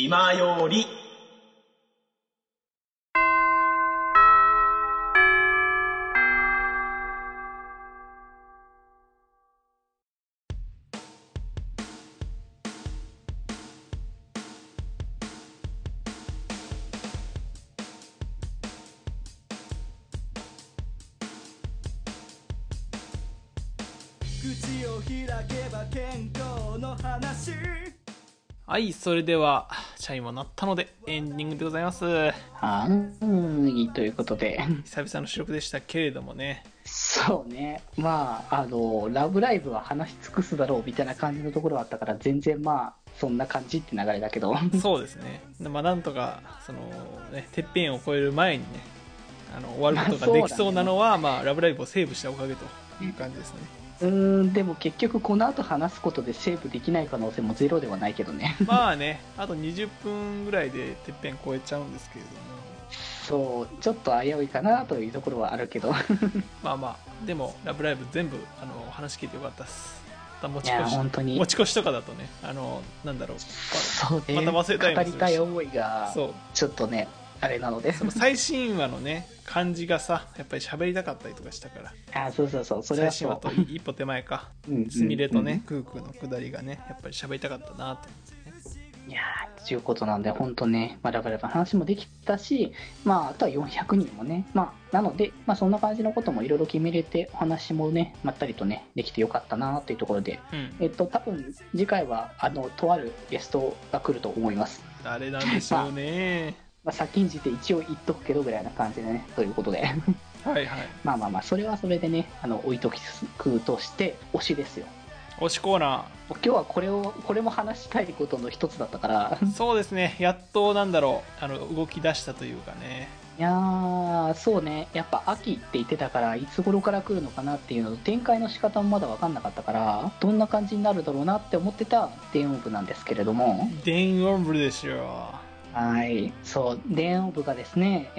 今より。 口を開けば健康の話。 はい、それではチャイムも鳴ったのでエンディングでございます。 ということで久々の収録でしたけれどもね。 そうね、まあラブライブは話し尽くすだろうみたいな感じのところはあったから、全然まあそんな感じって流れだけどそうですね。まあなんとかそのね、てっぺんを越える前にね、終わることができそうなのは、まあラブライブをセーブしたおかげという感じですね。 でも結局この後話すことでセーブできない可能性もゼロではないけどねまあね、あと20分ぐらいでてっぺん越えちゃうんですけれども、 そうちょっと危ういかなというところはあるけどまあまあでもラブライブ全部話聞いてよかったです。また持ちいや越し本当に持ち越しとかだとね、なんだろう、 そうね、 また忘れたりもするし、 語りたい思いがそうちょっとねあれなのでその最新話のね感じがさ、やっぱり喋りたかったりとかしたから、 そうそれはそう最新話と一歩手前かすみれとね、クークーのくだりがねやっぱり喋りたかったなと思ってね。 いやー、ということなんで、本当ね、ラブライブの話もできたし、あとは400人もね、なので、そんな感じのこともいろいろ決めれて、お話もね、まったりとね、できてよかったなというところで、多分次回は、とあるゲストが来ると思います。 誰なんでしょうね。 先んじて一応言っとくけどぐらいな感じでね、ということで。 はいはい。 それはそれでね、置いとくとして、推しですよ。 推しコーナ今日はこれも話したいことの一つだったからそうですね、やっとなんだろう、動き出したというかね。 いやー、そうね、やっぱ秋って言ってたから、いつ頃から来るのかなっていうのと、展開の仕方もまだ分かんなかったから、どんな感じになるだろうなって思ってた電音部なんですけれども、 電音部でしょ。 はい、そう電音部がですね、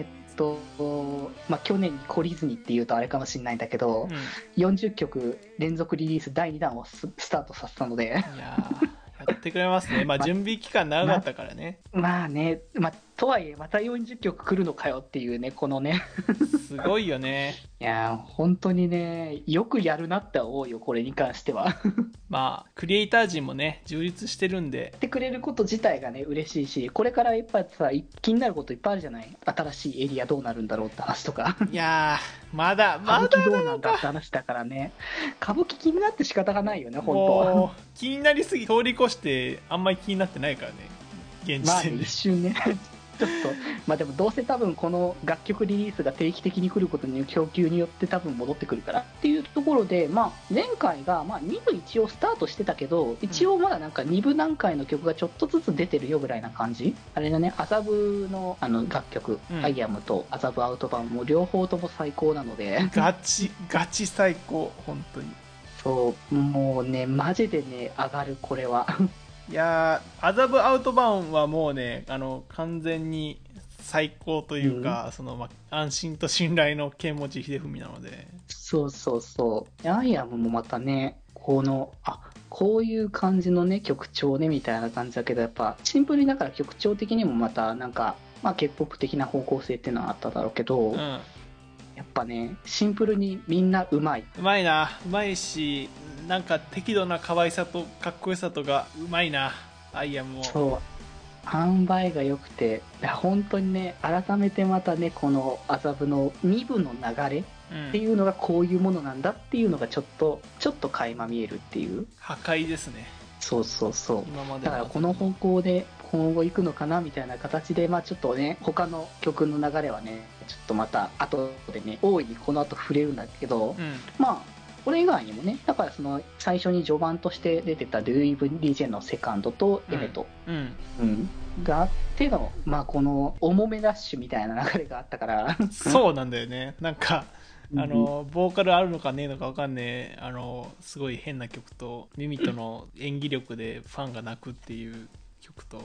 去年に懲りずにっていうとあれかもしれないんだけど、40曲連続リリース第2弾をスタートさせたので、 いややってくれますね。準備期間長かったからね。 とはいえまた40曲来るのかよっていうね、このねすごいよね。 いやー本当にね、よくやるなって思うよ、これに関してはクリエイター陣もね充実してるんで、 やってくれること自体がね嬉しいし、これからやっぱさ気になることいっぱいあるじゃない。新しいエリアどうなるんだろうって話とかいやーまだ歌舞伎どうなんだって話だからね、歌舞伎気になって仕方がないよね、本当もう気になりすぎ通り越してあんまり気になってないからね、現時点で。 一瞬ねちょっとでもどうせ多分この楽曲リリースが定期的に来ることによる供給によって多分戻ってくるからっていうところで、前回が2部一応スタートしてたけど、一応まだなんか2部段階の曲がちょっとずつ出てるよぐらいな感じ。あれだね、麻布の楽曲、アイアムと麻布アウトバウンも両方とも最高なのでガチ最高、本当に。 そうもうねマジでね上がる、これはいやー、麻布アウトバウンはもうね、完全に最高というか、安心と信頼の剣持秀文なので。 そうアイアムもまたね、こういう感じのね曲調ねみたいな感じだけど、やっぱシンプルにだから曲調的にもまたなんかK-POP 的な方向性っていうのはあっただろうけど、やっぱねシンプルにみんなうまいし、なんか適度な可愛さとかっこよさとがうまいな、アイアムも。 そう塩梅が良くて、本当にね改めてまたねこの麻布の2部の流れっていうのがこういうものなんだっていうのがちょっと垣間見えるっていう、 破壊ですね。 そう今までだからこの方向で今後行くのかなみたいな形で、ちょっとね他の曲の流れはねちょっとまた後でね大いにこの後触れるんだけど、これ以外にもね、だからその最初に序盤として出てた Do You Even DJ のセカンドとエメト、があってのこの重めダッシュみたいな流れがあったからそうなんだよね。なんかボーカルあるのかねえのか分かんねえ、すごい変な曲とミミとの演技力でファンが泣くっていう曲と、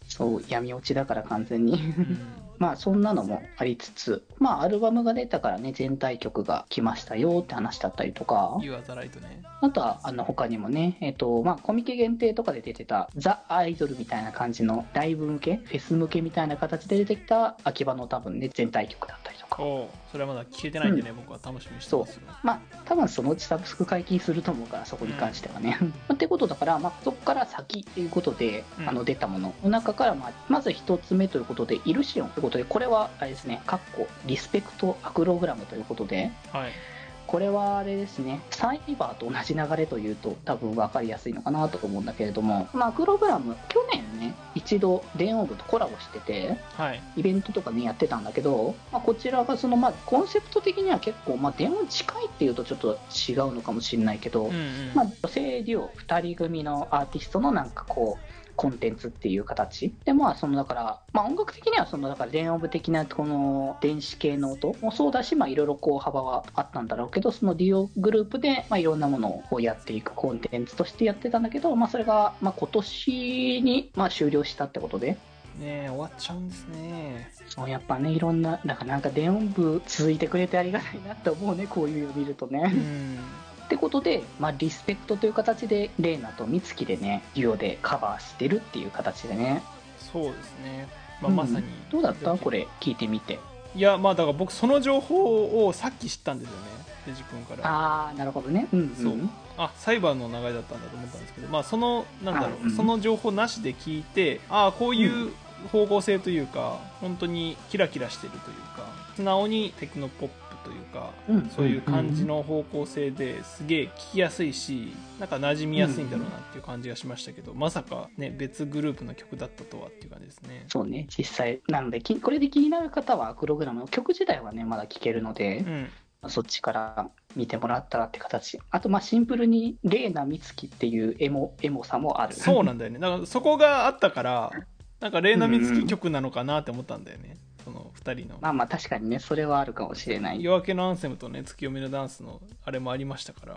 そう闇落ちだから完全にうんまあそんなのもありつつ、まあアルバムが出たからね、全体曲が来ましたよって話だったりとか、 You Are the Light ね。 あとは他にもね、まあコミケ限定とかで出てたザ・アイドルみたいな感じのライブ向け、フェス向けみたいな形で出てきた秋葉の多分ね、全体曲だったりとか。 それはまだ聞けてないんでね、僕は楽しみにしてますよ。 まあ多分そのうちサブスク解禁すると思うから、そこに関してはね。ってことだから、まあそこから先っていうことで、出たものの中から、まず一つ目ということで、イルシオンということで、これはあれですね、リスペクトアクログラムということで、 はい。 これはあれですね、サイバーと同じ流れというと多分分かりやすいのかなと思うんだけれども、まあ、アクログラム去年ね一度電音部とコラボしてて、 はい、 イベントとかねやってたんだけど、まあ、こちらがそのまあコンセプト的には結構まあ電音近いっていうとちょっと違うのかもしれないけど、まあ、女性デュオ2人組のアーティストのなんかこうコンテンツっていう形で、まあそのだから、まあ、音楽的にはそのだから電音部的なこの電子系の音もそうだし、まあいろいろこう幅はあったんだろうけど、そのデュオグループでまあいろんなものをやっていくコンテンツとしてやってたんだけど、まあそれがまあ今年にまあ終了したってことで。 ねえ、終わっちゃうんですね。 そうやっぱね、いろんななんか電音部続いてくれてありがたいなって思うね、こういうのを見るとね。ってことで、まあ、リスペクトという形でレイナとミツキでねデュオでカバーしてるっていう形でね。 そうですね、まあ、まさに、 どうだったこれ聞いてみて。 いやまあだから僕その情報をさっき知ったんですよね、デジ君から。 ああなるほどね。 そうサイバーの流れだったんだと思ったんですけど、まあそのなんだろう、その情報なしで聞いて、こういう方向性というか、本当にキラキラしてるというか、素直にテクノポップというか、そういう感じの方向性ですげえ聞きやすいし、なんか馴染みやすいんだろうなっていう感じがしましたけど、まさかね別グループの曲だったとはっていう感じですね。 そうね、実際なのでこれで気になる方はプログラムの曲自体はねまだ聴けるので、そっちから見てもらったらって形。あとまあシンプルにレイナミツキっていうエモさもある。 そうなんだよね。だからそこがあったからなんかレイナミツキ曲なのかなって思ったんだよね、その2人の。 まあ確かにね、それはあるかもしれない。 夜明けのアンセムとね、月読みのダンスのあれもありましたから、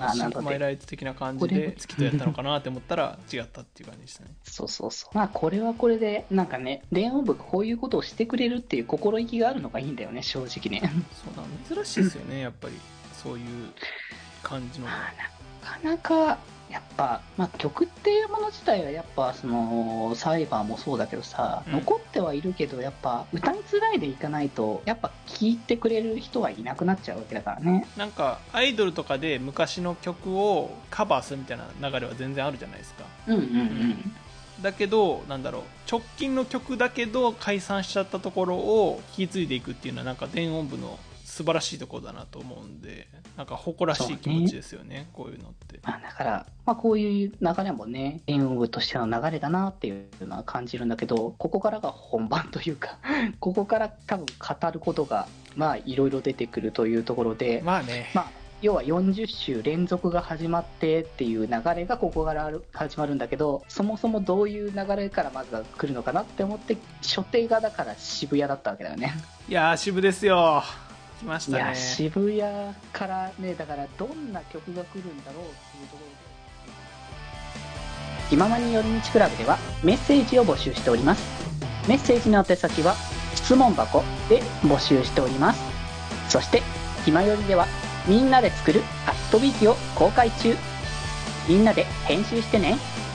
シンクマイライト的な感じで月とやったのかなって思ったら違ったっていう感じでしたね。 そうまあこれはこれでなんかね、電音部がこういうことをしてくれるっていう心意気があるのがいいんだよね、正直ね。 そうなん、珍しいですよね、やっぱりそういう感じの。 なかなかやっぱ、まあ、曲っていうもの自体はやっぱそのサイバーもそうだけどさ、残ってはいるけどやっぱ歌いづらいでいかないとやっぱ聴いてくれる人はいなくなっちゃうわけだからね。 なんかアイドルとかで昔の曲をカバーするみたいな流れは全然あるじゃないですか。だけどなんだろう、直近の曲だけど解散しちゃったところを引き継いでいくっていうのはなんか電音部の素晴らしいところだなと思うんで、なんか誇らしい気持ちですよね、こういうのって。 だから、まあ、こういう流れもね電音部としての流れだなっていうのは感じるんだけど、ここからが本番というかここから多分語ることがまあいろいろ出てくるというところで、 まあね、 要は40週連続が始まってっていう流れがここから始まるんだけど、そもそもどういう流れからまずは来るのかなって思って、初手がだから渋谷だったわけだよね。 いやー渋ですよ、来ましたね。 いや渋谷からね、だからどんな曲が来るんだろうっていうところで、気ままに寄り道クラブではメッセージを募集しております。メッセージの宛先は質問箱で募集しております。そして気まよりではみんなで作るアットビーキを公開中。みんなで編集してね。